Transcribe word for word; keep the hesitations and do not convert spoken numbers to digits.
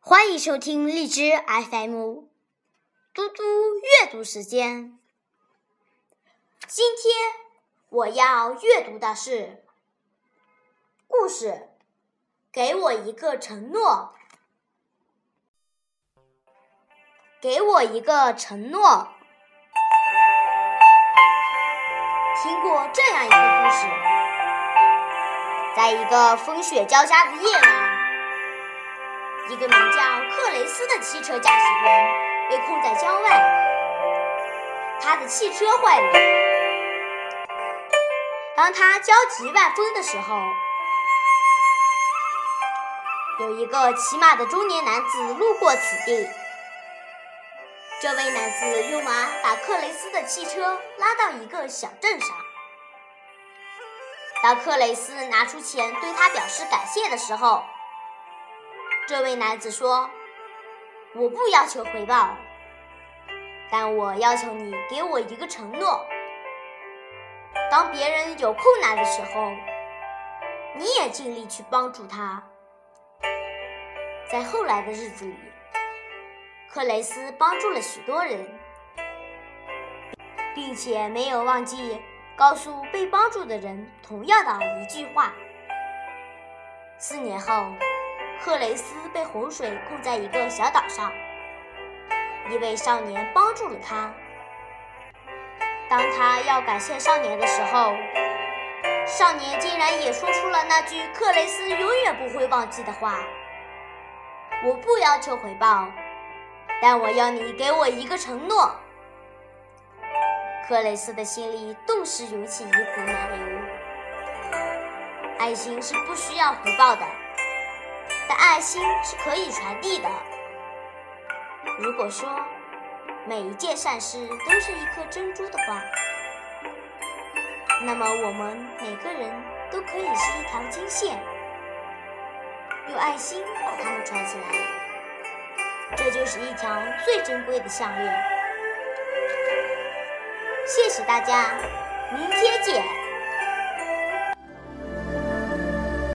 欢迎收听荔枝 F M 嘟嘟阅读时间。今天我要阅读的是故事给我一个承诺。给我一个承诺。听过这样一个故事，在一个风雪交加的夜晚，一个名叫克雷斯的汽车驾驶员被困在郊外，他的汽车坏了。当他焦急万分的时候，有一个骑马的中年男子路过此地。这位男子用马把克雷斯的汽车拉到一个小镇上。当克雷斯拿出钱对他表示感谢的时候，这位男子说：“我不要求回报，但我要求你给我一个承诺。当别人有困难的时候，你也尽力去帮助他。”在后来的日子里，克雷斯帮助了许多人，并且没有忘记告诉被帮助的人同样的一句话。四年后，克雷斯被洪水困在一个小岛上，一位少年帮助了他。当他要感谢少年的时候，少年竟然也说出了那句克雷斯永远不会忘记的话：“我不要求回报，但我要你给我一个承诺。”克雷斯的心里顿时涌起一股暖流。爱心是不需要回报的，但爱心是可以传递的。如果说每一件善事都是一颗珍珠的话，那么我们每个人都可以是一条金线，用爱心把它们串起来，这就是一条最珍贵的项链。谢谢大家，明天见。